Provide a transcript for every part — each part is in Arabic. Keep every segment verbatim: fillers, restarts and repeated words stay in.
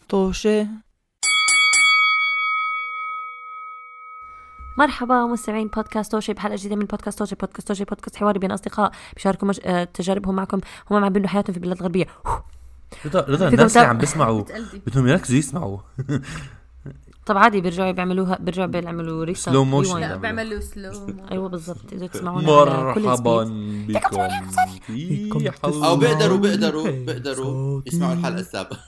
طوشة. مرحبا مستمعين بودكاست توشي بحلقة جديدة من بودكاست توشي. بودكاست توشي بودكاست حواري بين أصدقاء بيشاركوا مج... آه، تجاربهم معكم. هم عم بيبنوا حياتهم في بلاد غربية. رضا رضا الناس اللي عم بيسمعوا بدهم يركزوا يسمعوا. طب عادي بيرجعوا بيعملوها بيرجعوا بيعملوا ريسا سلو موشن. لا بيعملوا سلو. أيوة بالضبط. إذا تسمعونا مرحبا بكم في أو بيقدروا بيقدروا بيقدروا يسمعوا الحلقة السابقة.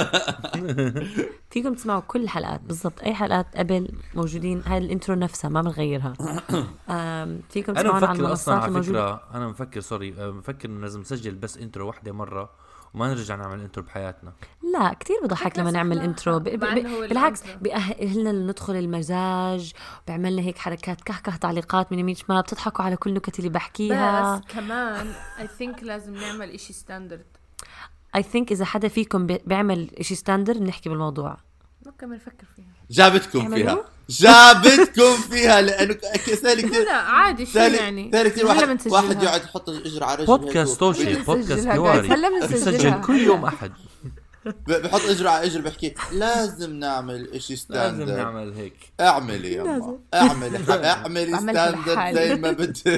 فيكم تسمعوا كل الحلقات بالضبط. أي حلقات قبل موجودين. هاي الانترو نفسها ما بنغيرها. فيكم تسمعونا على المنصات الموجودة. أنا مفكر سوري مفكر إنه لازم نسجل بس انترو واحدة مرة وما نرجع نعمل انترو بحياتنا. لا كتير بضحك لما نعمل انترو. ب... ب... بالعكس بيأهلنا ندخل المزاج. بيعملنا هيك حركات كهكه تعليقات من يمين شمال. بتضحكوا على كل نكت اللي بحكيها. بس كمان I think لازم نعمل إشي ستاندرد. I think إذا حدا فيكم بيعمل إشي ستاندرد نحكي بالموضوع. ممكن نفكر فيها. جابتكم فيها جابتكم فيها لأنه سهل كتير. لا عادي شو يعني سهل كتير. واحد, واحد يقعد يحط إجر على رجل. بودكاست توشي بودكاست حواري بنسجل كل يوم أحد. بحط إجر على إجر بحكي لازم نعمل إشي ستاندرد. لازم نعمل هيك. اعملي يا أما اعملي اعملي ستاندرد زي ما بدي.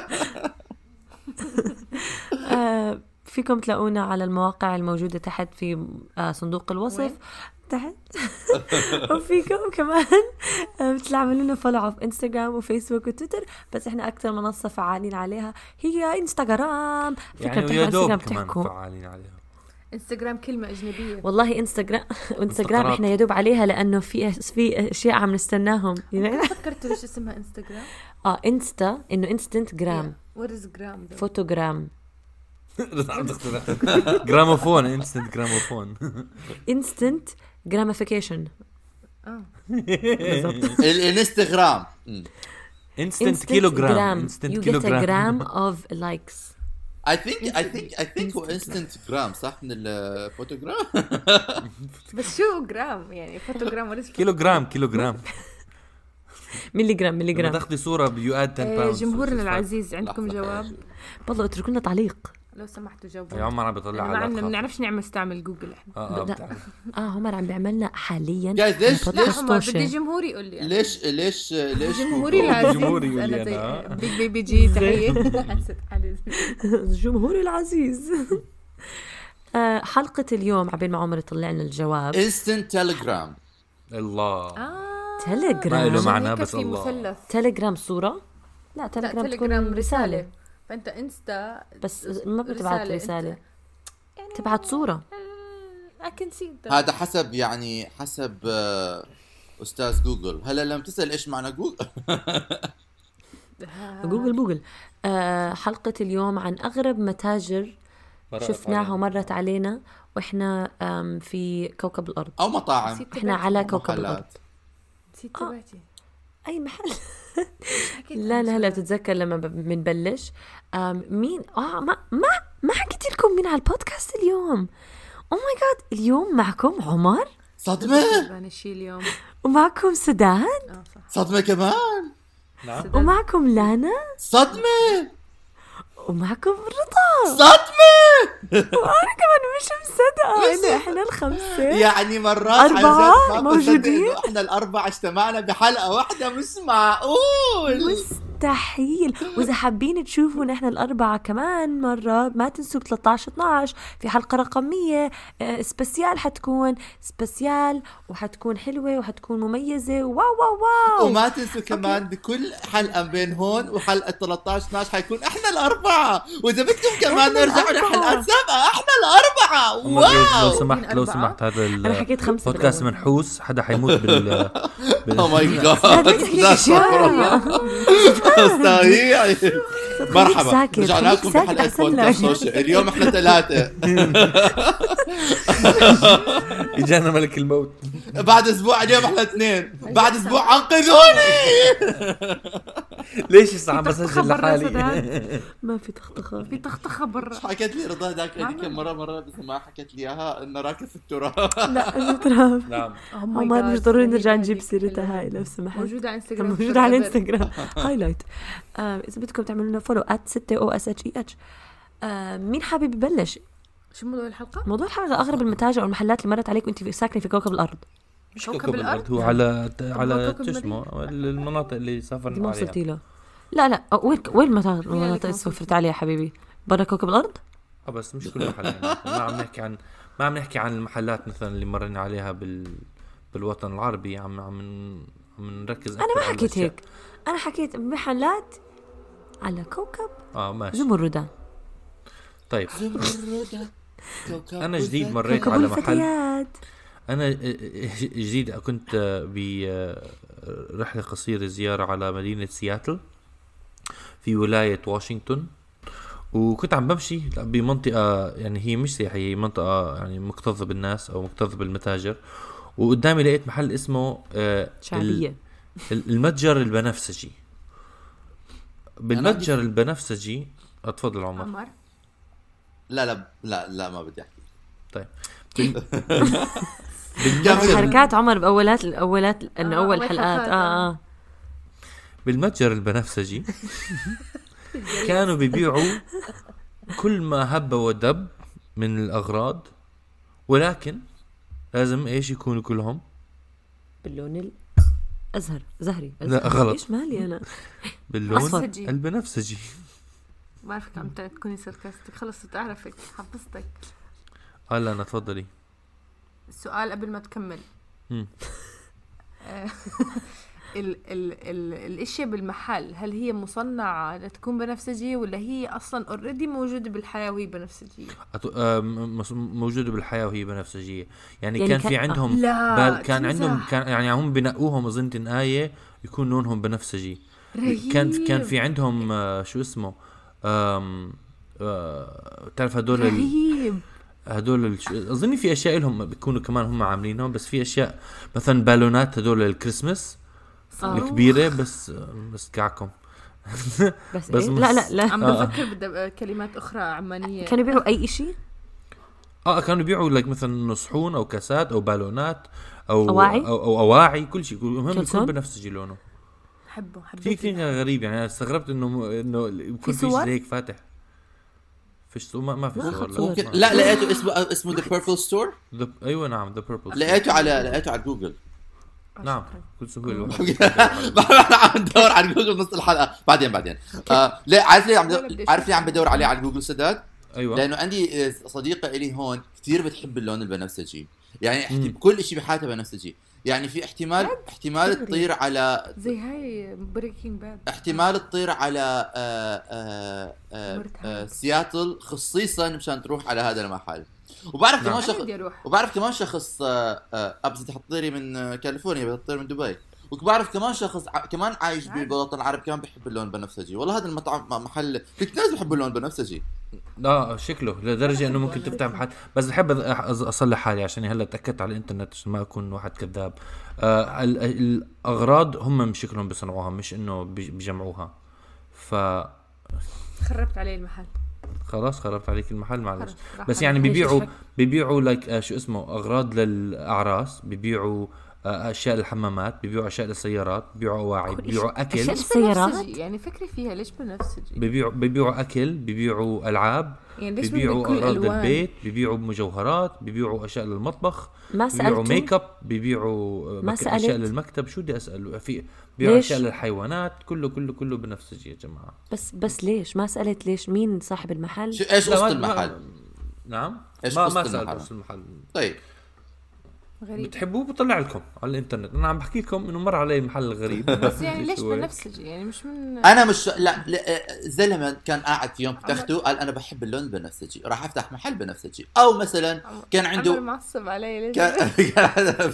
فيكم تلاقونا على المواقع الموجودة تحت في صندوق الوصف تحت. وفيكم كمان بتعملوا لنا فولو على انستغرام وفيسبوك وتويتر. بس احنا اكثر منصة فعالين عليها هي انستغرام. يعني ويا دوب كمان فعالين عليها. انستغرام كلمة أجنبية والله. انستغرام انستغرام احنا يدوب عليها لأنه في في أشياء عم نستناهم. فكرت ليش اسمها انستغرام؟ اه انستا إنه انستنت جرام. what is جرام؟ فوتوغرام. جراموفون. انستنت جراموفون. انستنت جراميفيكيشن. اه الانستغرام. انستنت كيلوغرام. انستنت كيلوغرام of likes. I think I think I think هو instant جرام صح من الفوتوغرام. بس شو جرام يعني فوتوغرام ولا كيلوغرام؟ كيلوغرام ملي جرام ملي جرام. تاخذي صورة بيؤاد عشرة باوند. جمهورنا العزيز عندكم جواب؟ والله اتركوا لنا تعليق لو سمحتوا جاوبوا. يا عمر عم بيطلع على ما بنعرفش نعمل استعمل جوجل احنا. اه اه, آه عمر عم بيعملنا حاليا. ليش ليش بدي جمهوري يقول لي ليش ليش ليش جمهوري العزيز. جمهوري يقول لي انا بيج بيبي جي تحيه. حسيت حالي جمهوري العزيز. حلقة اليوم عبين ما عمر يطلع لنا الجواب. instant telegram. الله. تليجرام. ما له معنى بس الله. تليجرام صورة. لا تليجرام تكون رسالة. فانت انستا بس ما بتبعت رسالة يعني تبعت صورة. هذا حسب يعني حسب أستاذ جوجل. هلا لما تسأل إيش معنى جوجل جوجل جوجل. آه حلقة اليوم عن أغرب متاجر شفناها ومرت علينا وإحنا في كوكب الأرض أو مطاعم. إحنا على كوكب الأرض. نسيت تبعتي أي محل. لا لا هلا بتتذكر لما بنبلش مين اه ما ما ما حكيت لكم مين على البودكاست اليوم. او ماي جاد. اليوم معكم عمر صدمة. اليوم ومعكم سداد صدمة كمان. نعم. ومعكم لانا صدمة. ومعكم رضا صدمة. وانا كمان مش مصدقه انه احنا الخمسه يعني مرات أربعة موجودين. احنا الاربعه اجتمعنا بحلقه واحده. مش معقول. مستحيل. واذا حابين تشوفوا نحن الاربعه كمان مره ما تنسوا ب ثلاثة عشر اثنا عشر في حلقه رقميه سبيسيال. حتكون سبيسيال وحتكون حلوه وحتكون مميزه. واو واو واو. وما تنسوا كمان بكل حلقه بين هون وحلقه ثلاثة عشر اثنا عشر حيكون احنا الاربعه. واذا بدكم كمان نرجع لحلقات سابقه احنا الاربعه. واو. لو سمحت لو سمحت هذا البودكاست منحوس. حدا حيموت بال او ماي جاد. استاهي. مرحبا رجعنا لكم بحلقة بودكاست توشي. اليوم احنا ثلاثة. اجانا ملك الموت. بعد اسبوع اليوم احنا اثنين. بعد اسبوع انقذوني. ليش صعب اسجل لحالي؟ ما في تخطخه. في تخطخه برا. حكيت لي رضا ذاك كم مرة مرة بس ما حكيت لي اياها انه راكب في التراب. لا التراب. نعم. ما مش ضروري نرجع نجيب سيرتها هاي لو سمحت. موجودة على انستغرام. موجودة على انستغرام. هايلايت. إذا بدكم تعملوا لنا فولو at ستة او اس اتش اي اتش. مين حابب يبلش؟ شو موضوع الحلقة؟ موضوع الحلقة أغرب المتاجر والمحلات اللي مرت عليك وأنت في- ساكنة في كوكب الأرض. مش كوكب كوكب الأرض، الأرض؟ هو على على كوكب شو اسمه المناطق اللي دي سافرنا ما عليها. وصلتي له. لا لا أه، وين وين المتا- مين اللي المناطق اللي كان سافرت عليها حبيبي؟ برا كوكب الأرض؟ اه بس مش كل محل يعني. ما عم نحكي عن ما عم نحكي عن المحلات مثلا اللي مرينا عليها بال بالوطن العربي. عم عم عم نركز أنا أكثر ما على حكيت الأشياء. هيك، أنا حكيت محلات على كوكب اه ماشي. زمردة. طيب زمردة كوكب انا جديد الفتى. مريت كوكب على محل. الفتيات. انا جديد كنت برحله قصيره زياره على مدينه سياتل في ولايه واشنطن، وكنت عم بمشي بمنطقه يعني هي مش سياحيه، هي منطقه يعني مكتظه بالناس او مكتظه بالمتاجر، وقدامي لقيت محل اسمه آه، شعبية. ال- المتجر البنفسجي. بالمتجر البنفسجي اتفضل عمر. عمر لا لا لا لا ما بدي احكي. طيب بال- كمل. حركات عمر بأولات الأولات إنه آه، أول أول حلقات. حلقات، آه آه بالمتجر البنفسجي كانوا بيبيعوا كل ما هب ودب من الأغراض، ولكن لازم إيش يكونوا كلهم باللون الأزهر زهري. لا، غلط. إيش مالي أنا؟ باللون بنفسجي. البنفسجي. ما بعرفك عم تكوني ساركاستك، خلص تعرفك حفظتك. هلا أنا تفضلي. السؤال قبل ما تكمل. مم. آه، ال ال ال الاشياء بالمحل هل هي مصنعة لتكون بنفسجية ولا هي اصلا اوريدي موجودة بالحياة وهي بنفسجية؟ أتو... آه، م- مس- موجودة بالحياة وهي بنفسجية. يعني, يعني كان كان- في عندهم لا، بال... كان تمزح. عندهم كان يعني هم بنقوهم أظن آية يكون لونهم بنفسجي. كان كان في عندهم آه، شو اسمه آم... آه... تعرف هدول ال... رهيب. هدول الش... اظن في اشياء لهم بيكونوا كمان هم عاملينهم، بس في اشياء مثلا بالونات هدول الكريسماس آه. الكبيره، بس بس كعكم. بس, بس بس إيه؟ مس- لا لا لا عم آه. بفكر بدي كلمات اخرى عمانية. كانوا يبيعوا أي إشي. اه كانوا بيبيعوا لك مثلا صحون او كاسات او بالونات او أواعي؟ او, أو اواعي، كل شيء المهم كلسون؟ يكون بنفسجي لونه. حبه في حبيت كثير غريب يعني. انا استغربت انه انه يكون في صور؟ شيء هيك فاتح. فيش صور؟ ما, ما في ما صور. أخذ صور. ممكن ما- لا لقيته اسمه اسمه ذا بيربل ستور. The- ايوه نعم ذا بيربل. لقيته على لقيته على جوجل. نعم كل سهوله الواحد. انا عم بدور على جوجل نص الحلقه بعدين بعدين آه لا عارف ليه عم ولا بدور بدي عارف ليه عم بدور عليه على جوجل سداد. ايوه لانه عندي آه، صديقه الي هون كثير بتحب اللون البنفسجي، يعني احت... مم. كل شيء بحياتها بنفسجي. يعني في احتمال احتمال خبري. تطير على زي هاي بريكنج باد. احتمال تطير على آه آه آه مرت آه هاك. سياتل خصيصا مشان تروح على هذا المحل. وبعرف كمان نعم. شخص بدي اروح. وبعرف كمان شخص آه آه ابس انت حتطيري من آه، كاليفورنيا بدها تطير من دبي. وبعرف كمان شخص ع... كمان عايش عارف. بالوطن العربي كمان بحب اللون البنفسجي. والله هذا المطعم محل في كثير ناس بحبوا اللون البنفسجي. لا شكله لدرجة انه ممكن تفتح محل. بس بحب أ- أ- اصلح حالي عشان هلا تاكدت على الانترنت عشان ما اكون واحد كذاب. آه ال- ال- الاغراض هم من شكلهم بيصنعوها، مش انه بي- بيجمعوها. ف خربت عليه المحل. خلاص خربت عليك المحل معلش. خرب. راح بس أروح يعني هيك بيبيعوا شك. بيبيعوا لك آه شو اسمه اغراض للاعراس، بيبيعوا آه اشياء للحمامات، بيبيعوا اشياء للسيارات، بيبيعوا اواعي، بيبيعوا اكل، أشياء ليش السيارات؟ بنفسجي؟ يعني فكري فيها ليش بنفسجي؟ بيبيعوا بيبيعوا اكل، بيبيعوا العاب، يعني ليش بيبيعوا بدك كل اغراض الالوان؟ للبيت، بيبيعوا مجوهرات، بيبيعوا اشياء للمطبخ، ما بيبيعوا سألتوا؟ ميك اب، بيبيعوا ما مك... سألت؟ اشياء للمكتب. شو بدي اسال؟ في بيبيعوا ليش؟ اشياء للحيوانات، كله كله كله بنفسجي يا جماعه. بس بس ليش ما سألت ليش مين صاحب المحل؟ شو ايش لا، قصة ما- المحل؟ ما... نعم إيش ما قصة ما سألت المحل؟ قصة المحل. طيب غريب. بتحبوه بطلع لكم على الانترنت. انا عم بحكي لكم انه مر علي محل غريب. بس يعني ليش شو هيك؟ بنفسجي؟ يعني مش من انا مش لا, لا زلمه كان قاعد في يوم تخته قال انا بحب اللون البنفسجي راح افتح محل بنفسجي. او مثلا كان عمر عنده معصب علي ليش؟ كان كان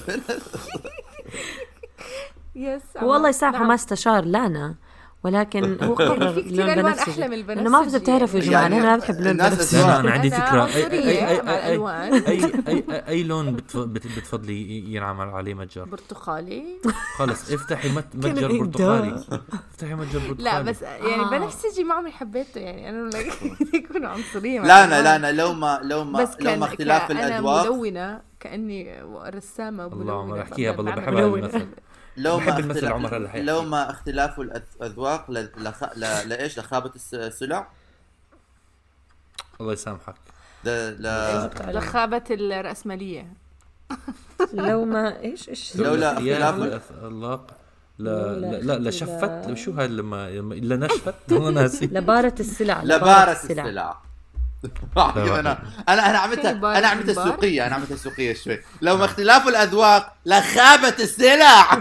يس والله يسامحه نعم. ما استشار لانا، ولكن هو قرر في كثير اللون الوان بنفسجي. احلى من البنفسجي. انه ما فيش بتعرفوا يا جماعه يعني انا ما بحب اللون الناس البنفسجي. أسماء. انا عندي أنا فكره. عنصرية مع الألوان. اي اي اي, أي لون بتف... بت... بتفضلي ينعمل عليه متجر؟ برتقالي. خلص افتحي مت... كان متجر إيه برتقالي. افتحي متجر برتقالي. لا بس يعني آه. بنفسجي ما عمري حبيته، يعني انا لك يكونوا عنصرية مع لا الألوان. لا لا لو ما لو ما بس لو كان ما اختلاف انا الاذواق ملونة كأني رسامة الله ملونة. عمر احكيها بالله بعمل بحب هذا ملونة. المثل. لو بحب ما المثل اختلاف عمر هلا حيحكي. لو ما اختلاف الاذواق ل... لخ... ل... لايش لخابة الس- السلع. الله يسامحك. ده لا رخابة الرأسمالية. لو ما ايش ايش لولا خلاف خلاف الاطلاق لا لولا لا لا, لا اختلاف. شفت شو هاي لما لا نشفت والله ناسي لبارة السلع لبارة السلع. انا انا انا عملتها انا عملتها السوقيه انا عملتها السوقيه شوي. لو ما اختلاف الاذواق لخابة السلع.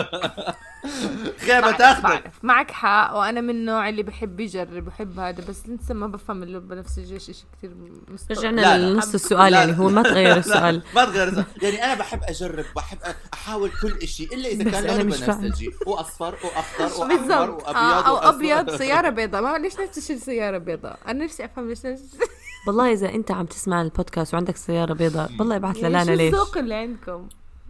خيبة تاخذك. معك حق، وانا من النوع اللي بحب يجرب بحب هذا، بس لسه ما بفهم اللي بنفسجي شيء كثير مستوى. رجعنا لنص السؤال. يعني هو ما تغير السؤال. ما تغير السؤال. يعني انا بحب اجرب، بحب احاول كل شيء الا اذا كان لونه بنفسجي واصفر واخضر واحمر وابيض او ابيض سياره بيضاء. ما ليش نفس الشيء سياره بيضاء؟ انا نفسي افهم ليش نفس. والله اذا انت عم تسمع البودكاست وعندك سياره بيضاء والله ابعث لنا شو ليش. الذوق اللي عندكم؟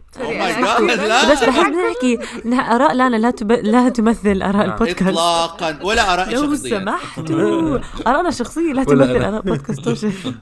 بس بحب نحكي آراء لانا لا تب... لا تمثل آراء البودكاست إطلاقا، ولا آراء لو شخصية. سمحتوا آراءنا الشخصية لا تمثل آراء بودكاست توشن.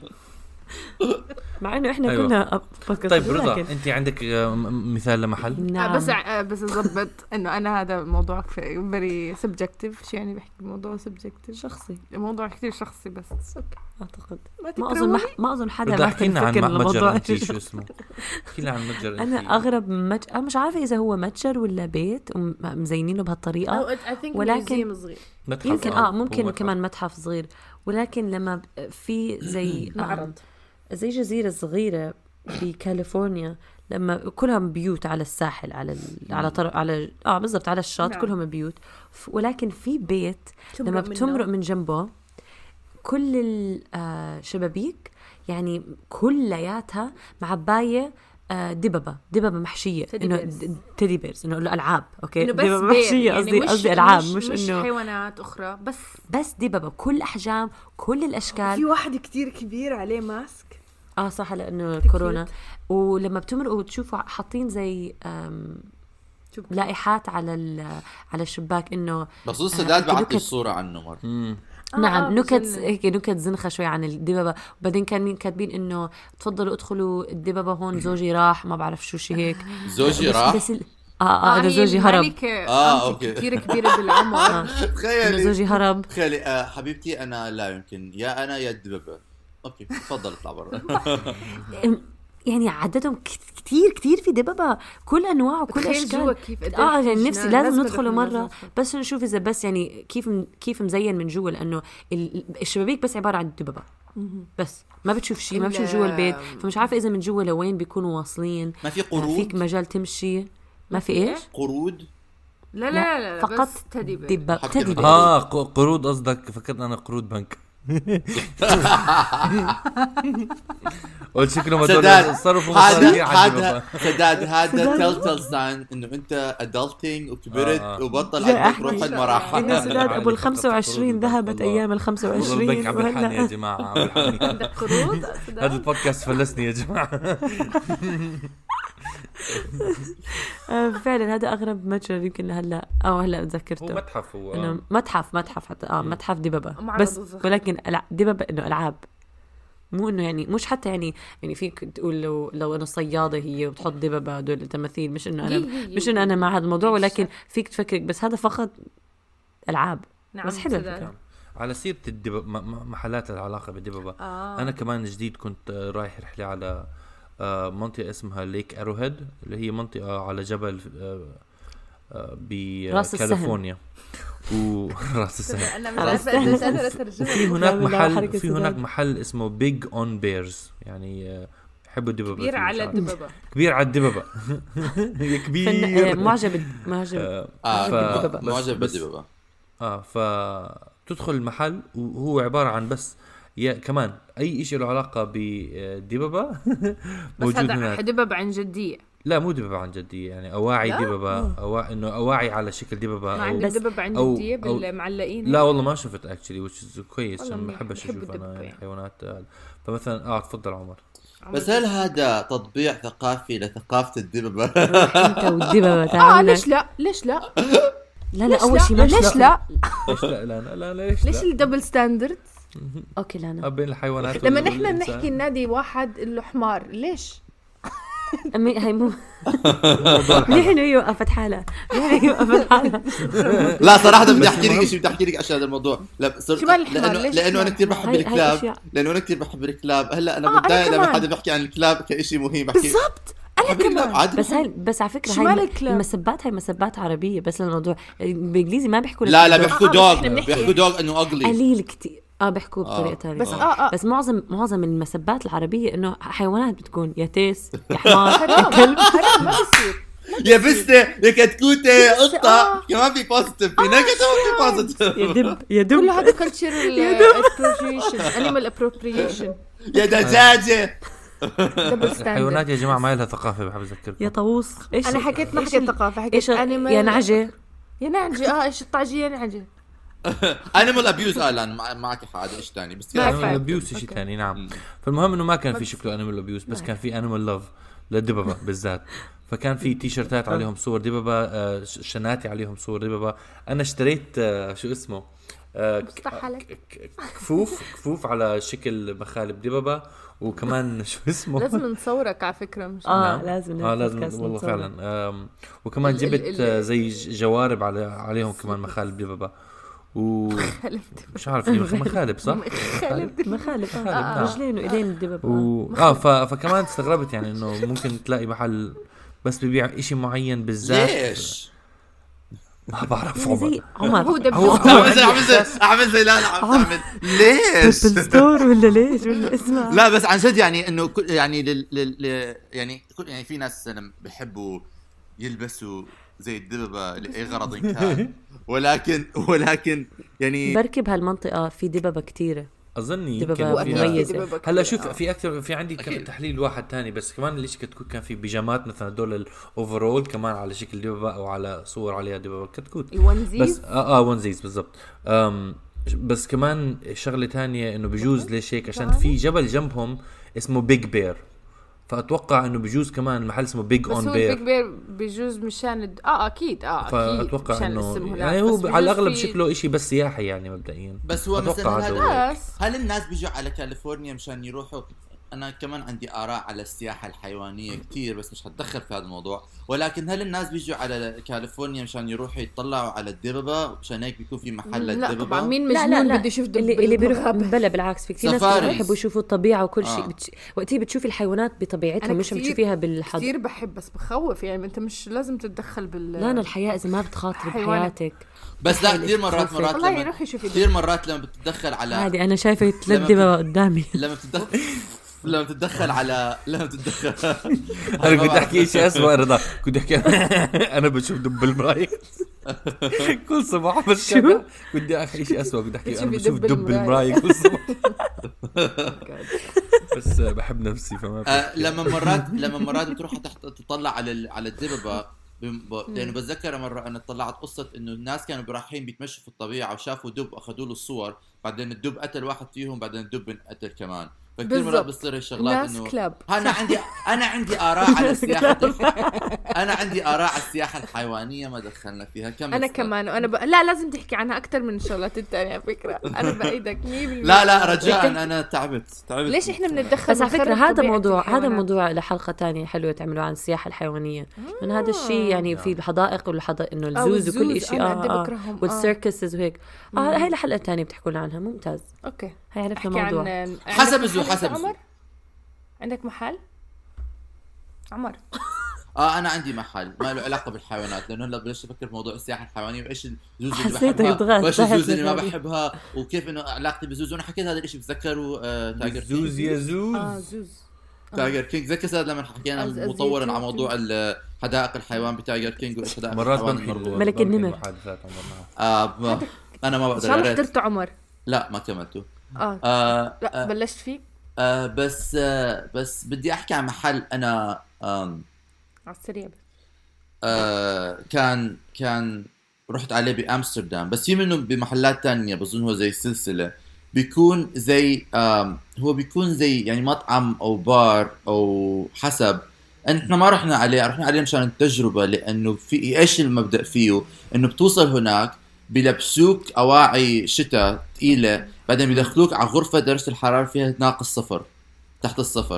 مع إنه إحنا أيوة. كنا بودكاست. طيب رضا، أنت عندك مثال لمحل؟ نعم. بس بس أضبط إنه أنا هذا موضوع very subjective. شو يعني بحكي موضوع subjective شخصي، موضوع كتير شخصي. بس أعتقد ما, ما أظن ما, ما أظن حدا ما حكينا عن الموضوع. متجر شو اسمه؟ حكينا عن متجر. أنا أغرب متجر، أنا مش عارفة إذا هو متجر ولا بيت ومزينينه بهالطريقة، ولكن يمكن آه ممكن كمان متحف صغير. ولكن لما في زي معرض زي جزيرة صغيرة بكاليفورنيا، لما كلهم بيوت على الساحل على ال... على طرق على اه بالضبط على الشاطئ. نعم. كلهم بيوت، ولكن في بيت لما بتمرق من جنبه كل الشبابيك يعني كلياتها معباية دببة دببة محشية، إنه تيدي بيرز، إنه الألعاب. أوكي، دببة محشية قصدي يعني قصدي ألعاب، مش, مش إنه حيوانات أخرى، بس بس دببة كل أحجام كل الأشكال. في واحد كتير كبير عليه ماسك. اه صح، لانه كورونا. ولما بتمرقوا وتشوفوا حاطين زي لائحات على على الشباك انه بس السداد بعت الصوره عنه مره. نعم، آه نكت هيك نكت زنخه شوي عن الدببه. وبعدين كانوا كاتبين انه تفضلوا ادخلوا الدببه هون، زوجي راح ما بعرف شو شيء هيك. زوجي راح بس ال... اه اه انا زوجي هرب. اه اوكي كثير كبيره بالعمر. تخيلي زوجي هرب. تخيلي آه حبيبتي انا لا يمكن، يا انا يا الدببه. اوكي تفضل اطلع برا. يعني عددهم كتير كتير في دببة كل انواع وكل اشكال. اه يعني نفسي لازم ندخله مره بس نشوف اذا بس يعني كيف كيف مزين من جوا، لانه الشبابيك بس عباره عن دببة بس ما بتشوف شيء، ما بتشوف جوا البيت. فمش عارفه اذا من جوا لوين بيكونوا واصلين. ما في قرود؟ فيك مجال تمشي؟ ما في ايش قرود؟ لا لا لا, لا فقط دببة. اه قرود قصدك؟ فكرت انا قرود بنك. وشكله سداد صرفوا هذا هذا سداد هذا تلتل ساين انه انت ادلتينج وكبرت آه. وبطل عندك روح المراحة. سداد ابو الخمسة وعشرين ذهبت ايام الخمسة وعشرين. عم بلحني يا جماعة، عم بلحني. عندك قرود؟ هذا البودكاست فلسني يا جماعة. فعلا هذا اغرب متجر يمكن هلا او هلا تذكرته. هو متحف، هو انه متحف متحف حتى اه متحف دببة بس، ولكن دببة انه العاب، مو انه يعني مش حتى يعني يعني فيك تقول لو لو انه صياده هي وتحط دببة هدول التماثيل. مش انه انا مش انه انا مع هذا الموضوع، ولكن فيك تفكرك بس هذا فقط العاب. نعم بس حلو الفكرة. على سيرة الدببة، محلات العلاقة بالدببة، آه. انا كمان جديد كنت رايح رحلة على منطقة اسمها ليك أروهيد، اللي هي منطقة على جبل بكاليفورنيا وراس السهل. في هناك محل في هناك محل اسمه بيج اون بيرز، يعني يحبوا الدببة. كبير على الدببة، كبير على الدببة. كبير معجب معجب معجب بالدببة. اه فتدخل المحل وهو عبارة عن بس يا كمان اي شيء له علاقه بدببه موجود هناك. دببه عن جديه؟ لا مو دببه عن جديه، يعني اواعي دببه، أوا... انه اواعي على شكل دببه. ما عندك دببه عن جديه بالمعلقين؟ لا والله ما شفت اكشلي، which is كويس عشان ما بحب اشوف انا الحيوانات. فمثلا اه تفضل عمر. بس هل هذا تطبيع ثقافي لثقافه الدببه؟ انت والدببه تعال. اه ليش لا ليش لا لا لا اول شيء ليش لا ليش لا لا لا ليش ليش الدبل ستاندرد؟ اوكي لا انا بين الحيوانات لما نحن نحكي النادي واحد له حمار، ليش أمي هاي مو منيح إنه هي وقفت حالها منيح هي وقفت حالها. لا صراحة بدي أحكي لك شيء بدي أحكي لك أشياء هذا الموضوع. لا صر... شمال الحمار، لأنه ليش لأنه أنا شمال كثير بحب هاي- هاي الكلاب أشياء. لأنه أنا كثير بحب الكلاب. هلا أنا آه، أنا بتضايق لما كمان. حدا بيحكي عن الكلاب كإشي مهم بحكي بالضبط أنا بحب الكلاب كمان. عادي. بس هاي بس على فكرة شمال هاي الكلاب. المسبات هاي مسبات عربية بس الموضوع بالإنجليزي ما بيحكوا لا لا لك بيحكوا آه، دوغ إحنا بنحكي. بيحكوا دوغ إنه أغلي. قليل كتير اه بيحكوا بطريقة آه. تانية بس بس, آه آه بس معظم معظم المسبات العربية إنه حيوانات بتكون يا تيس يا حمار حرام حرام ما بصير. يا بستة يا كتكوتة يا آه. قطة كمان في بوزيتيف في نيجاتيف وفي بوزيتيف. يا دب يا كل دب هذا cultural appropriation animal appropriation يا دجاجة. double standard. حيوانات يا جماعه ما لها ثقافه بحب اذكركم. يا طاووس ايش أنا حكيت ما إيش حكيت ال- ثقافة حكيت ايش animal يا نعجة يا نعجة اه ايش الطاجية نعجة. انيمال ابيوز اه لا أنا معك حق هذا شيء ثاني بس ما كده. في. انيمال ابيوس شيء أوكي. ثاني نعم. فالمهم انه ما كان في شكله انيمال ابيوس بس كان في انيمال لاف للدببه بالذات. فكان في تي شيرتات عليهم صور دببه آه، ش- شناتي عليهم صور دببه. انا اشتريت آه، شو اسمه آه، ك- مستحلك. ك- ك- كفوف كفوف على شكل مخالب دببه وكمان شو اسمه لازم نصورك على فكرة مش اه نعم. لازم اه لازم البودكاست والله نصور. فعلا. آم، وكمان ال- ال- جبت ال- آه، زي ج- جوارب على عليهم كمان مخالب دببه ومش عارف هي مخالب صح؟ خالد مخالف مخالب، آه. نعم. رجلين وايدين الدببة و... اه ف... فكمان استغربت يعني انه ممكن تلاقي محل بس بيبيع اشي معين بالذات. ليش؟ ما بعرف يعني زي عمر. عمر هو دب هو- اعمل زي اعمل زي اعمل زي لا لا عم تعمل ليش؟ بيبل ستور ولا ليش ولا اسمع لا بس عن جد يعني انه كل يعني لل... لل... يعني كل يعني في ناس أنا بحبوا يلبسوا زي الدببة لاي غرض كان ولكن ولكن يعني بركب هالمنطقة في دببة كتيرة اظن دببة يمكن وأكيد في مميزة. دببة هلا كتير. شوف آه. في اكثر في عندي كم أكيد. تحليل واحد تاني بس كمان اللي كتكوت كان في بيجامات مثلا هدول الاوفرول كمان على شكل دببه او على صور عليها دببه كتكوت. الونزيز بس اه اه ونزيز بالضبط. أم بس كمان شغله تانية انه بجوز ليش هيك عشان في جبل جنبهم اسمه بيج بير فاتوقع انه بجوز كمان محل اسمه بيج بس اون هو البيج بير بير بجوز مشان الد... اه اكيد اه اكيد فاتوقع مشان انه الاسم هناك. يعني هو بس على بجوز الاغلب في- شكله اشي بس سياحي يعني مبدئيا. بس هو أتوقع مثلا هذا هل, هو. بس هل الناس بيجوا على كاليفورنيا مشان يروحوا؟ انا كمان عندي اراء على السياحه الحيوانيه كتير بس مش هتدخل في هذا الموضوع. ولكن هل الناس بيجوا على كاليفورنيا مشان يروحوا يطلعوا على الدببه مشان هيك بيكون في محل لا للدببه؟ طبعا مين لا لا مجنون لا بده يشوف دب اللي اللي بيروح بالغابة؟ بلا بالعكس في كثير ناس سفاري. بيحبوا يشوفوا الطبيعة وكل شيء آه. بتش... وقتها بتشوفي الحيوانات بطبيعتها أنا مش كتير- بتشوفيها بالحضر. كثير بحب بس بخوف يعني انت مش لازم تتدخل بال لا أنا الحياة إذا ما بتخاطري حيوان. بحياتك بس لا حالي كثير مرات خوفك. مرات والله لما روحي شوفي كثير مرات لما بتتدخل على عادي أنا شايفة لما ثلاث دببة قدامي لما بتتدخل لما بتتدخل على لما بتتدخل انا كنت احكي شيء اسوء رضا كنت احكي انا بشوف دب بالمرايه كل صباح بس شو؟ كنت احكي شيء اسوء كنت احكي انا بتشوفي بشوف دب دب بالمراية. بالمرايه كل صباح بس بحب نفسي فما آه لما مرات لما مرات بتروح تحت تطلع على ال- على الدببه بم- ب- لانه بتذكر مره انا طلعت قصه انه الناس كانوا رايحين بيتمشوا في الطبيعه وشافوا دب اخذوا له الصور بعدين الدب قتل واحد فيهم بعدين الدب انقتل كمان. فكثير مرات بالضبط. بتصير هالشغلات ناس انه كلاب انا عندي انا عندي اراء على السياحه انا عندي اراء على السياحه الحيوانيه ما دخلنا فيها كم انا كمان وانا ب... لا لازم تحكي عنها اكثر من الشغلات الثانيه على فكره انا بايدك مية بالمية. لا لا رجاء انا تعبت تعبت ليش احنا بنتدخل بس على فكرة بنخرب هذا طبيعة موضوع هذا الحيوانات؟ موضوع لحلقة تانية حلوة تعملوا عن السياحة الحيوانية من هذا الشيء يعني في الحدائق والحدائق إنه آه، الزوز وكل والزوز، شيء أنا قد آه بكرههم، آه آه. والسيركسز وهيك آه هاي الحلقة الثانية بتحكوا لنا عنها ممتاز. اوكي هاي عرفنا احكي موضوع عن حسب عندك الزو- محل حسب أنت الزو. عمر عندك محل عمر اه انا عندي محل ما له علاقه بالحيوانات لانه هلا بلشت افكر في موضوع السياحه الحيوانيه وايش الزوز اللي حسيتك بحبها ضغط، وايش ضحك الزوز اللي ما لك هذه. بحبها وكيف انه علاقتي بالزوز وانا حكيت هذا الشيء بتذكروا آه تايجر زوز كينج يا زوز اه زوز تايجر كينج زي كذا لما حكينا أز- مطورا أزيتون. على موضوع ال- حدائق الحيوان بتايجر كينج وحدائق مرات الحيوان بنحي المربوط. ملك بنحي النمر. المحادثات عمر معه. آه ما انا ما ان بقدر شاء الله قريت حضرته عمر لا ما كملته اه آه لا آه بلشت فيك آه بس آه بس بدي احكي عن محل انا آم على السريع بس آه كان كان رحت عليه بامستردام بس في منه بمحلات تانية بظن هو زي سلسلة بيكون زي آم هو بيكون زي يعني مطعم او بار او حسب. احنا ما رحنا عليه رحنا عليه مشان التجربة لانه في ايش المبدأ فيه انه بتوصل هناك بلبسوك اواعي شتاء ثقيلة بعدين بيدخلوك على غرفة درجة الحرارة فيها ناقص صفر تحت الصفر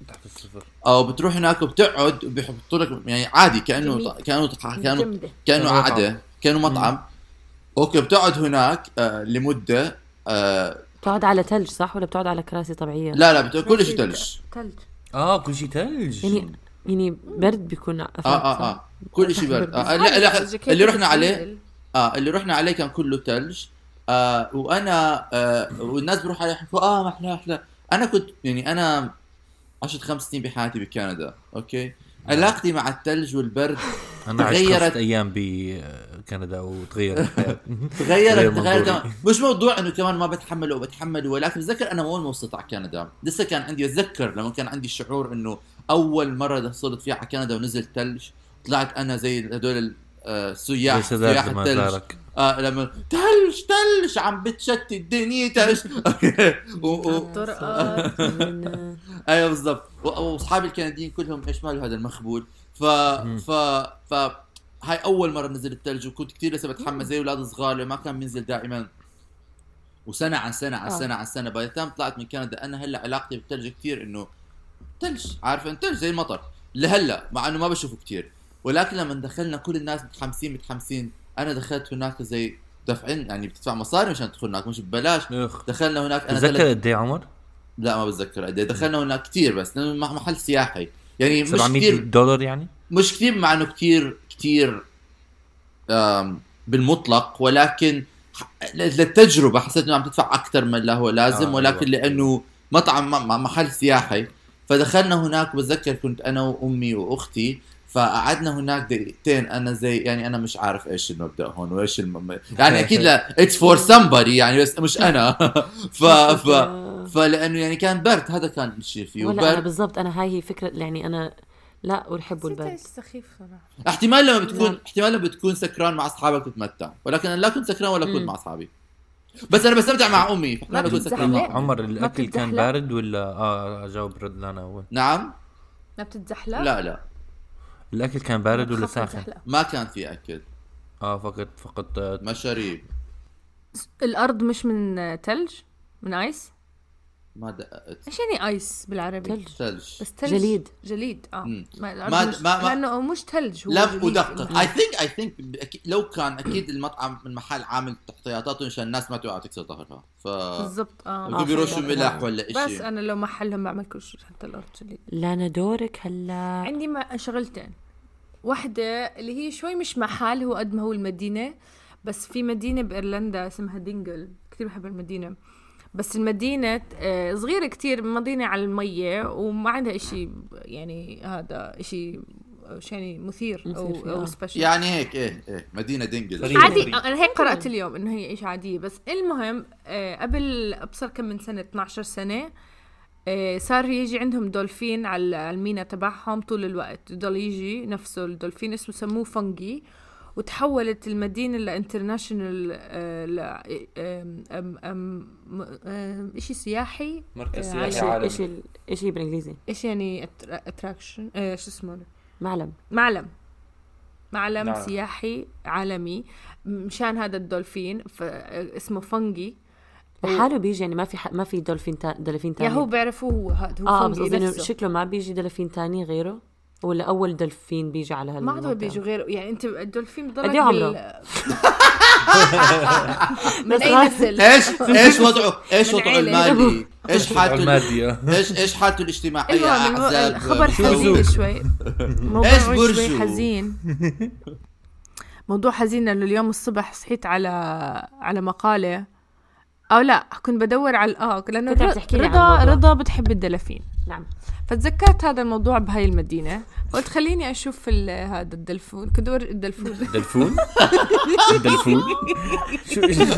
تحت الصفر. او بتروح هناك وبتقعد وبيحطوا لك يعني عادي كانه كانه كانه كانه قعده كانه مطعم. اوكي بتقعد هناك آه لمده آه بتقعد على ثلج صح ولا بتقعد على كراسي طبيعيه؟ لا لا بتقعد كل شيء ثلج. ثلج اه كل شيء ثلج يعني يعني برد بيكون اه اه اه كل شيء برد. آه لا لا اللي رحنا عليه اه اللي رحنا عليه كان كله ثلج. آه وانا آه والناس بيروح عليه يحكوا اه ما احلى احلى. انا كنت يعني انا عشت خمس سنين بحياتي بكندا. اوكي علاقتي مع الثلج والبرد انا عشت ايام بكندا وتغيرت تغيرت تغيرت مش موضوع انه كمان ما بتحمله وبتحمله ولكن بتذكر انا اول ما وصلت على كندا لسه كان عندي اتذكر لما كان عندي الشعور انه اول مره وصلت فيها على كندا ونزل ثلج طلعت انا زي هدول السياح سياح الثلج اه لما ثلج ثلج عم بتشتت الدنيا ثلج الطرقات ايوه بالضبط. واصحابي الكنديين كلهم ايش ماله هذا المخبول. ف ف ف هاي اول مره نزل الثلج وكنت كثير لسه بتحمس زي اولاد صغار ما كان بينزل دائما. وسنه عن سنه عن سنه عن سنه بعد تام طلعت من كندا انا هلا علاقتي بالثلج كثير انه ثلج عارف انت ثلج زي المطر لهلا مع انه ما بشوفه كثير. ولكن لما دخلنا كل الناس متحمسين متحمسين انا دخلت هناك زي دفعين يعني بتدفع مصاري عشان تدخل هناك مش ببلاش. دخلنا هناك انا تذكر قد ايه عمر؟ لا ما بتذكر قد ايه. دخلنا هناك كثير بس لانه محل سياحي يعني مش سبعمية دولار يعني مش كثير مع انه كثير كثير بالمطلق ولكن للتجربه حسيت انه عم تدفع اكثر من لا هو لازم. آه ولكن لانه مطعم محل سياحي فدخلنا هناك. بتذكر كنت انا وامي واختي فقعدنا هناك دقيقتين انا زي يعني انا مش عارف ايش المبدا هون وايش الم... يعني اكيد لا اتس فور somebody يعني بس مش انا ف ف فلانه يعني كان برد هذا كان الشيء فيه ولا بالضبط انا هاي هي فكره يعني انا لا أحب البرد. سخيف صراحه. احتمال لما بتكون لا. احتمال لما بتكون سكران مع اصحابك تتمتع ولكن انا لا كنت سكران ولا كنت مع اصحابي بس انا بستمتع مع امي فاحنا بكون سكران. عمر الاكل كان بارد ولا اه اجاوب رد لنا اول؟ نعم ما بتتزحلق. لا لا الاكل كان بارد ولا ساخن؟ ما كان في اكل اه فقط فقط مشاريب. الارض مش من ثلج من ايس؟ ما دققت ايش يعني ايس بالعربي؟ ثلج بس ثلج جليد جليد اه ما ما, ما, ما لانه مش ثلج هو لم ادقق. اي ثينك اي ثينك لو كان اكيد المطعم من محل عامل تحتياطاته عشان الناس ما تقع تكسر ظهرها ف بالضبط اه يمكن بيرشوا ملح ولا شيء. بس انا لو محلهم بعمل كل شيء حتى الارض جليد. لا انا دورك هلا عندي ما شغلتين. واحدة اللي هي شوي مش محل هو قد ما هو المدينة بس في مدينة بإيرلندا اسمها دينجل كتير بحب المدينة بس المدينة صغيرة كتير مدينة على المية وما عندها إشي يعني هذا إشي يعني مثير أو, أو سبيشال يعني هيك إيه إيه مدينة دينجل عادي. أنا هيك قرأت اليوم إنه هي إشي عادية بس المهم قبل أبصر كم من سنة اثنا عشر سنة صار يجي عندهم دولفين على المينا تبعهم طول الوقت. دول يجي نفسه الدولفين اسمه سموه فنجي وتحولت المدينة لانترناشنال اشي سياحي مركز سياحي عالمي. ايش ايش بالانجليزي ايش يعني اتراكشن ايش اسمه معلم معلم معلم نعم. سياحي عالمي مشان هذا الدولفين اسمه فنجي لحاله بيجي يعني ما في ح... ما في دولفين تا... دلفين تاني يا هو بيعرفوه هو هذا هو اه فنجي نفسه. شكله ما بيجي دلفين تاني غيره ولا اول دلفين بيجي على هالمنطقة؟ ما عاد بيجوا غيره يعني انت الدولفين بضلك قد ايه عمره؟ من اي نسل؟ ايش ايش وضعه ايش وضعه المالي ايش حالته المادية ايش ايش حالته الاجتماعية احزاب خبر حزين شوي موضوع شوي حزين موضوع حزين لانه اليوم الصبح صحيت على على مقالة او لا كنت بدور على اه لانه رضا رضا بتحب الدلافين. نعم فتذكرت هذا الموضوع بهاي المدينة قلت خليني أشوف هذا الدلفون كدور الدلفون دلفون دلفون شو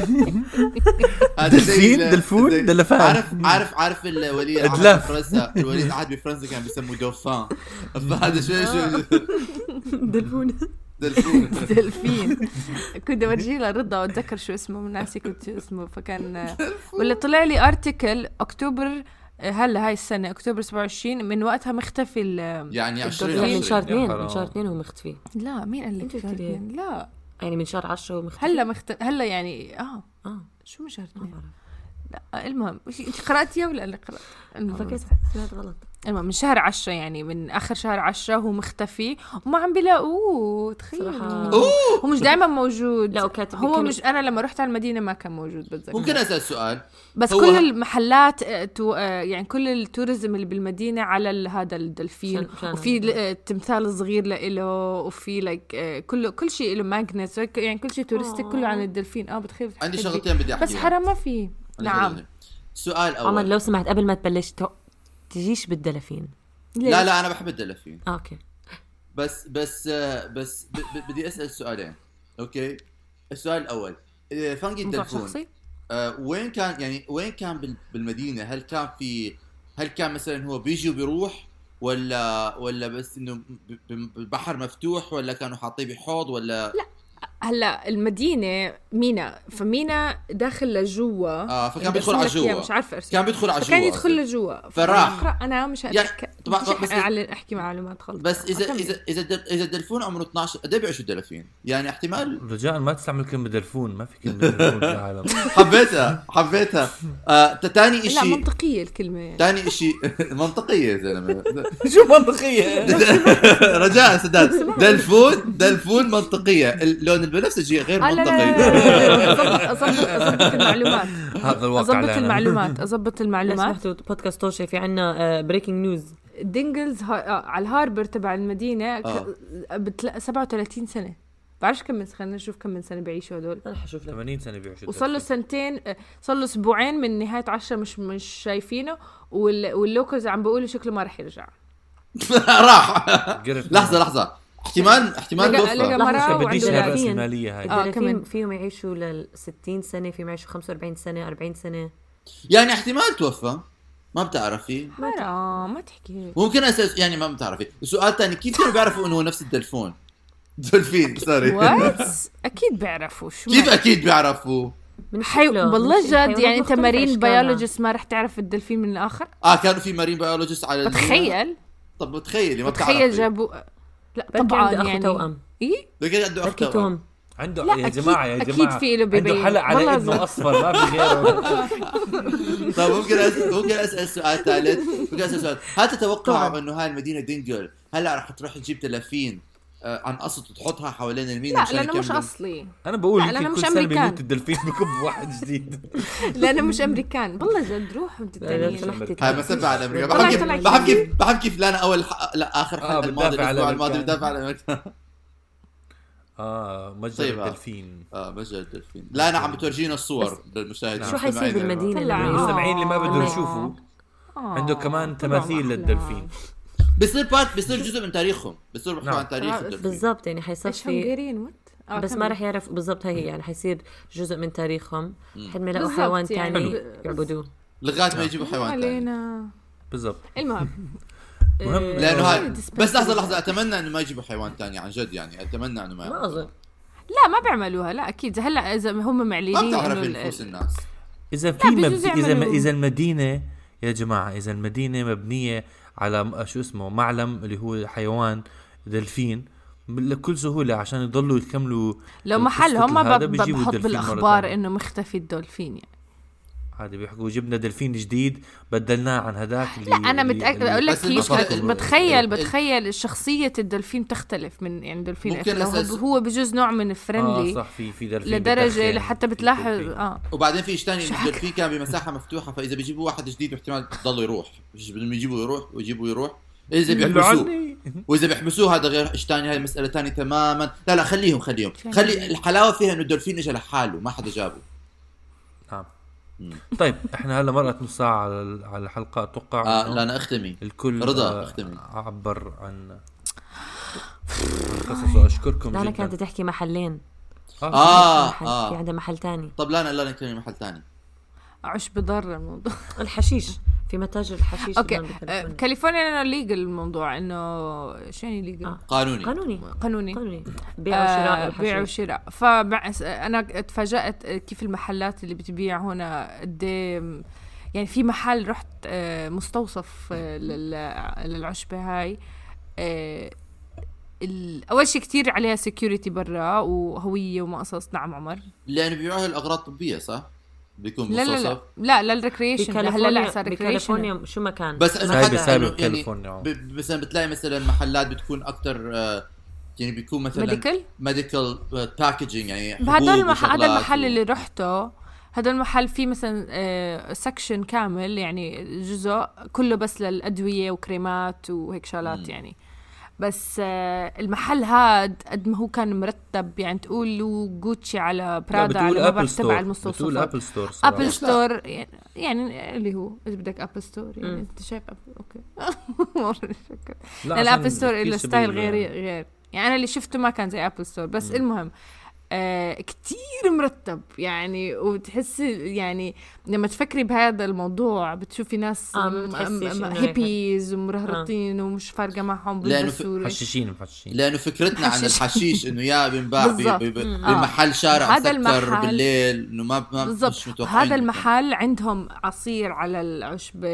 دلفين دلفون دلفان عارف عارف عارف الولي العهد بفرنسا الولي العهد بفرنسا كان بيسموه دوفان فهذا شوي شوي دلفون دلفين دلفين كنت برجي له رضا واتذكر شو اسمه من ناسي كنت اسمه فكان ولا طلع لي ارتكل اكتوبر هلا هاي السنة أكتوبر سبعة وعشرين من وقتها مختفي ال يعني من شهر اثنين من شهر اثنين هو مختفي. لا مين قال لك شهر اثنين؟ لا يعني من شهر عشرة هو مختفي. هلا مخت... هلا يعني اه اه شو من شهر اثنين؟ لا المهم انت قرأتيها ولا اللي قرأت؟ فكرت سمعت غلط. من شهر عشرة يعني من آخر شهر عشرة هو مختفي وما عم بلاقوه. تخيل هو مش دائما موجود. لا وكاتب هو مش أنا لما رحت على المدينة ما كان موجود. بتذكر ممكن أسأل سؤال بس كل المحلات تو يعني كل التوريزم اللي بالمدينة على هذا الدلفين وفي التمثال الصغير له وفي لايك كل كل شيء له ماجنس يعني كل شيء تورستيك كله عن الدلفين. اه بتخيل عندي شغلتين بدي أحكي بس حرام ما في. نعم سؤال أول عمر لو سمحت قبل ما تبلش تجيش بالدلفين. لا لا أنا بحب الدلفين. آه، أوكي بس بس بس بدي أسأل سؤالين. أوكي السؤال الأول فانجي الدلفون آه وين كان يعني وين كان بالمدينة؟ هل كان في هل كان مثلا هو بيجي وبيروح ولا ولا بس إنه بالبحر مفتوح ولا كانوا حاطيه بحوض ولا لا؟ هلا المدينة مينا فمينا داخل لجوا اه فكان بيدخل على جوا مش عارفة أرسل. كان بيدخل على جوا كان يدخل لجوا فراح أنا مش يعني طبعا بس أحكي معلومات خلص. بس إذا إذا إذا إذا الدلفون عمره اثناشر قد ايه بيعيشوا الدلافين يعني احتمال رجاء ما تستعمل كلمة دلفون ما في كلمة دلفون في العالم. حبيتها حبيتها آه تاني إشي لا منطقية الكلمة يعني. تاني إشي منطقية يا زلمة شو منطقية رجاء سداد دلفون دلفون منطقية اللون البنفسجي غير منطقي. أضبط المعلومات هذا الواقع. أضبط المعلومات أضبط المعلومات. سمحتوا بودكاست توشي في عنا بريكنج نيوز. دينجلز على الهاربر تبع المدينة آه. بتلاقي سبعة وثلاثين سنة. بعرفش كم من خلينا نشوف كم من سنة بيعيشوا هدول. أنا حشوف لك ثمانين سنة بيعيشوا وصل له سنتين صار له أسبوعين من نهاية عشرة مش مش شايفينه واللوكلز عم بيقولوا شكله ما رح يرجع. راح لحظة لحظة احتمال احتمال توفى. بديش الرأسمالية هاي. آه كمان فيهم يعيشوا لل ستين سنة فيهم يعيشوا خمسة وأربعين سنة أربعين سنة يعني احتمال توفى ما بتعرفي ما ما تحكي ممكن أساس يعني ما بتعرفي. السؤال تاني كيف كانوا بيعرفوا انه هو نفس الدلفون دولفين سوري وات اكيد بيعرفوا شو كيف اكيد بيعرفوا من حي... والله جد يعني انت مارين بيولوجيست ما رح تعرف الدلفين من الاخر. اه كانوا في مارين بيولوجيست على بتخيل طب بتخيلي ما بتعرفي تخيل جابوا لا طبعا يعني توأم ايه بكي عنده اخ توأم عنده يا جماعه يا جماعه اكيد في له بيبي عنده حلق على ابنه اصفر ما في غيره. طب ممكن أسأل ممكن اسال سؤال ثالث ممكن اسال سؤال هل تتوقعوا انه هاي المدينه دينجل هلا رح تروح تجيب دلافين آه عن قصد وتحطها حوالين المينا؟ لا لانه مش اصلي. انا بقول يمكن كل سنه بيموت الدلفين بكب واحد جديد. لانه مش امريكان والله جد روحوا هاي مسبة على امريكا. بحكي بحكي بحكي لا انا اول لا اخر حلقه الماضي الاسبوع الماضي بدافع على امريكا. اه متجر الدلفين. اه متجر الدلفين. لا انا عم بتورجينا الصور للمشاهدين شو حيصير بالمدينه المستمعين اللي ما بدهم يشوفوا عنده كمان تماثيل للدلفين. بيصير بارت بيصير جزء من تاريخهم بيصير بحكوا عن تاريخ الدلفين بالضبط يعني حيصير في آه بس ما رح يعرف بالضبط هي يعني حيصير جزء من تاريخهم حد ما يلاقوا حيوان تاني يعني يعبدوه لغايه ما يجيبوا حيوان تاني بالضبط. المهم مهم لانه هاي بس لحظه لحظه اتمنى انه ما يجيبوا حيوان تاني عن جد يعني اتمنى انه ما ما اظن لا ما بيعملوا لا اكيد هلا اذا هم معلنين ما بتعرف نفوس الناس اذا في مب... اذا اذا المدينه يا جماعه اذا المدينه مبنيه على شو اسمه معلم اللي هو حيوان دلفين بكل سهوله عشان يضلوا يكملوا لو محلهم ما بحط بالاخبار انه مختفي الدولفين يعني عادي بيحكوا جبنا دلفين جديد بدلناه عن هداك اللي لا انا متاكد اقول لك كيف بتخيل بتخيل بتخيل شخصيه الدلفين تختلف من يعني دلفين هو بجوز نوع من الفريندلي اه صح في في دلفين لدرجه لحتى بتلاحظ اه وبعدين في شيء ثاني الدلفين كان بمساحه مفتوحه فاذا بيجيبوا واحد جديد احتمال يضل يروح مش بدهم يجيبوا يروح ويجيبوا يروح اذا بيحبسوه واذا بيحبسوه هذا غير ايش ثاني هاي مساله ثانيه تماما. لا لا خليهم خليهم خلي الحلاوه فيها انه الدلفين اجى لحاله ما حدا جابه. نعم طيب احنا هلا مرقت نص ساعه على على الحلقه اتوقع. آه لا انا اختمي الكل رضا آه اختمي عبر عن قصص واشكركم جدا. انا كانت تحكي محلين اه اه, آه. في عندها محل تاني. طب لا لا نكمل محل تاني عش بضر الموضوع. الحشيش في متاجر الحشيش. اوكي آه كاليفورنيا انه ليجل الموضوع انه شو يعني ليجل آه. قانوني قانوني قانوني قانوني بيع وشراء الحشيش. بيع وشراء. فانا اتفاجأت كيف المحلات اللي بتبيع هنا قد يعني في محل رحت مستوصف للعشبة هاي اول شيء كتير عليها سيكوريتي برا وهويه وما قصص. نعم عمر لانه بيبيعوها الاغراض الطبيه صح بيكون لا لا مستوصف لا لا للريكريشن هلا لا صار ريكريشن بكاليفورنيا شو مكان بس انه سايبة حتى سايبة إنه يعني بكاليفورنيا. ب- مثلا بتلاقي مثلا محلات بتكون اكتر آه، يعني بيكون مثلا ميديكال ميديكال باكجينج يعني بهذا حبوب المح... هذا وشغلات المحل و- اللي رحته هذا المحل فيه مثلا سكشن كامل يعني جزء كله بس للأدوية وكريمات وهيك شغلات يعني بس آه، المحل هاد قد ما هو كان مرتب يعني تقول له جوتشي على برادا على ما بعرف تبع بتقول المستوصفات ابل ستور ابل ستور يعني, يعني اللي هو اذا بدك ابل ستور يعني انت شايف أبل. اوكي لا الابل ستور له ستايل غير غير يعني انا اللي شفته ما كان زي ابل ستور بس م. المهم آه كتير مرتب يعني وتحسي يعني لما تفكري بهذا الموضوع بتشوفي ناس آه م- م- هيبيز ومرهرطين آه. ومش فارقة معهم بلبسوا محششين محششين لأنه فكرتنا عن الحشيش إنه يا بنباع بمحل آه. شارع هذا مسكر بالليل إنه ما ما مش متوقعين. هذا المحل عندهم عصير على العشب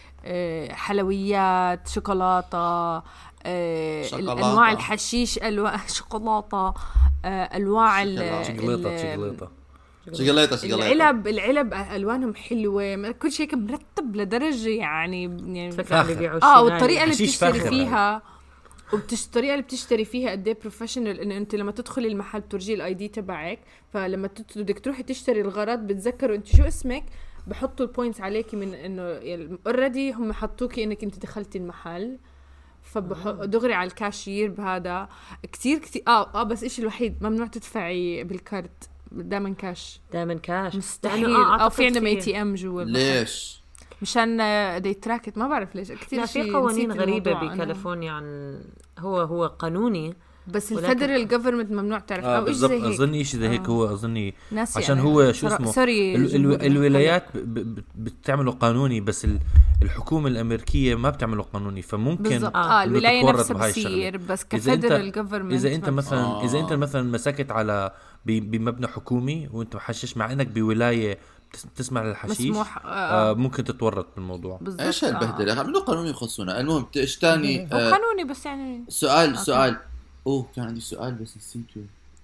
حلويات شوكولاتة آه انواع الحشيش الوان شوكولاته آه انواع شوكولاته شوكولاته شوكولاته شوكولاته العلب العلب الوانهم حلوه كل شيء مرتب لدرجه يعني يعني اه والطريقه اللي بتشتري فيها وبتشتري اللي بتشتري فيها قد ايه بروفيشنال انه انت لما تدخلي المحل بترجي الاي دي تبعك فلما بدك تروحي تشتري الغراض بتذكروا انت شو اسمك بحطوا البوينتس عليكي من انه اوريدي هم حطوكي انك انت دخلتي المحل فدغري على الكاشير بهذا كتير كتير اه اه بس إشي الوحيد ممنوع تدفعي بالكارت دائما كاش دائما كاش مستحيل آه او في عندنا اي تي ام جوا ليش مشان دي تراكت ما بعرف ليش كتير في قوانين غريبه بكاليفورنيا عن هو هو قانوني بس الفيدرال جفرمنت ممنوع تعرف آه او ايش زي هيك اظن شيء زي هيك هو اظني عشان يعني هو شو اسمه ال الو الولايات بتعمله قانوني بس الحكومه الامريكيه ما بتعمله قانوني فممكن اه الولايه نفسها بتصير بس كفيدرال جفرمنت اذا انت مثلا آه. اذا انت مثلا مسكت على بمبنى حكومي وانت محشش مع انك بولايه تسمع للحشيش مسموح آه. آه ممكن تتورط بالموضوع ايش هالبهدله آه. منو قانوني يخصونا المهم ايش ثاني آه قانوني بس يعني سؤال أوكي. سؤال اوه كان عندي سؤال بس نسيته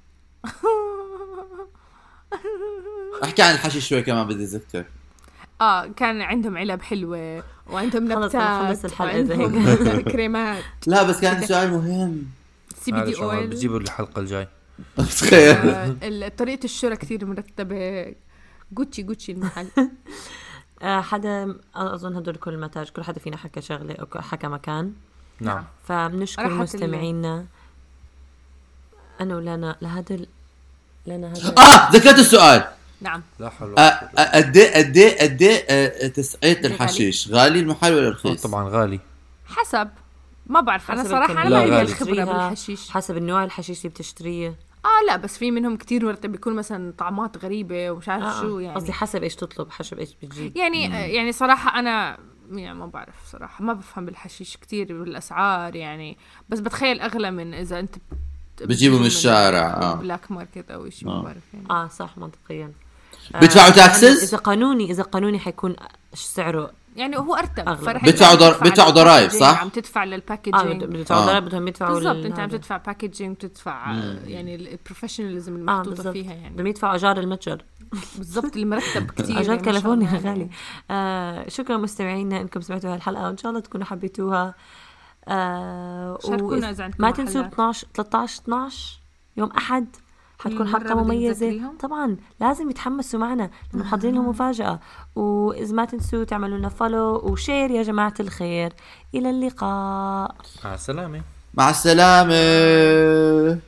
احكي عن الحشيش شوي كمان بدي اتذكر اه كان عندهم علب حلوه وعندهم نبتات خلص الحلقه وعندهم كريمات لا بس كان سؤال مهم سي بي دي اويل بجيبوا الحلقه الجاي تخيل طريقه الشراء كتير مرتبه جوتشي جوتشي المحل حدا اظن هدول كل المتاج كل حدا فينا حكى شغله او حكى مكان نعم فبنشكر مستمعينا انا ولانا لهذا لنا هذا اه ذكرت السؤال نعم لا حلو قد ايه قد ايه قد ايه تسقية الحشيش غالي المحل ولا رخيص طبعا غالي حسب ما بعرف انا صراحه انا ما عندي الخبره بالحشيش حسب النوع الحشيش اللي بتشتريه اه لا بس في منهم كتير مرتب بيكون مثلا طعمات غريبه ومش عارف آه. شو يعني قصدي حسب ايش تطلب حسب ايش بتجيب يعني مم. يعني صراحه انا يعني ما بعرف صراحه ما بفهم بالحشيش كتير بالاسعار يعني بس بتخيل اغلى من اذا انت بتجيبه من الشارع اه بلاك ماركت او شيء ما بعرف يعني اه صح منطقيا بيدفعوا تاكسز اذا قانوني اذا قانوني حيكون سعره يعني هو ارتب بيدفعوا ضر... بيدفعوا ضرائب صح عم تدفع للباكيجينج اه بيدفعوا ضرائب بدهم يدفعوا بالضبط انت عم تدفع باكيجينج بتدفع يعني البروفيشناليزم المحطوطه آه فيها يعني بدهم يدفعوا اجار المتجر بالضبط المرتب كتير اجار كاليفورنيا غالي آه شكرا مستمعينا انكم سمعتوا هالحلقه وان شاء الله تكونوا حبيتوها آه شاركونا اذا عندكم ما تنسوا اثناشر ثلاثة عشر اثناشر يوم احد حتكون حلقة مميزة طبعا لازم يتحمسوا معنا لأنه حاضرين لهم مفاجأة وإذا ما تنسوا تعملوا لنا فولو وشير يا جماعة الخير إلى اللقاء مع السلامة مع السلامة